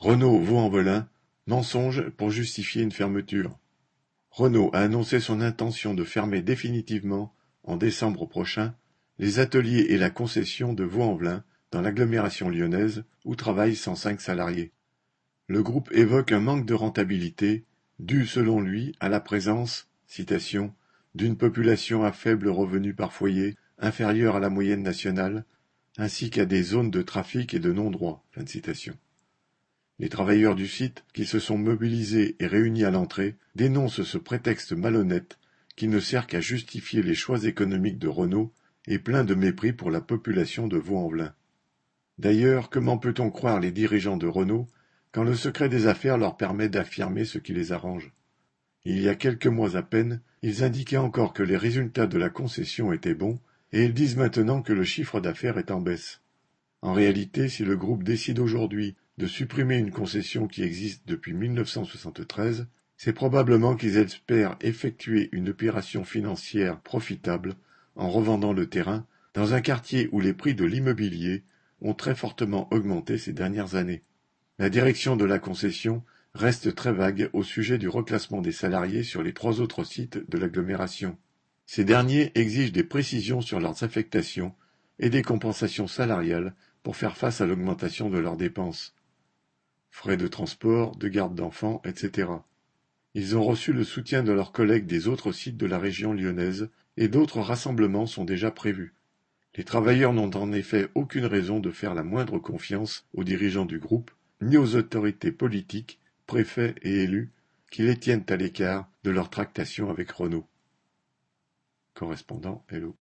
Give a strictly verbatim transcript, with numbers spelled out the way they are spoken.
Renault Vaux-en-Velin, mensonge pour justifier une fermeture. Renault a annoncé son intention de fermer définitivement, en décembre prochain, les ateliers et la concession de Vaux-en-Velin dans l'agglomération lyonnaise où travaillent cent cinq salariés. Le groupe évoque un manque de rentabilité, dû selon lui à la présence, citation, d'une population à faible revenu par foyer, inférieure à la moyenne nationale, ainsi qu'à des zones de trafic et de non-droit. Fin de citation. Les travailleurs du site, qui se sont mobilisés et réunis à l'entrée, dénoncent ce prétexte malhonnête qui ne sert qu'à justifier les choix économiques de Renault et plein de mépris pour la population de Vaux-en-Velin. D'ailleurs, comment peut-on croire les dirigeants de Renault quand le secret des affaires leur permet d'affirmer ce qui les arrange? Il y a quelques mois à peine, ils indiquaient encore que les résultats de la concession étaient bons, et ils disent maintenant que le chiffre d'affaires est en baisse. En réalité, si le groupe décide aujourd'hui de supprimer une concession qui existe depuis mille neuf cent soixante-treize, c'est probablement qu'ils espèrent effectuer une opération financière profitable en revendant le terrain dans un quartier où les prix de l'immobilier ont très fortement augmenté ces dernières années. La direction de la concession reste très vague au sujet du reclassement des salariés sur les trois autres sites de l'agglomération. Ces derniers exigent des précisions sur leurs affectations et des compensations salariales pour faire face à l'augmentation de leurs dépenses. Frais de transport, de garde d'enfants, et cetera. Ils ont reçu le soutien de leurs collègues des autres sites de la région lyonnaise et d'autres rassemblements sont déjà prévus. Les travailleurs n'ont en effet aucune raison de faire la moindre confiance aux dirigeants du groupe, ni aux autorités politiques, préfets et élus, qui les tiennent à l'écart de leurs tractations avec Renault. Correspondant Hello.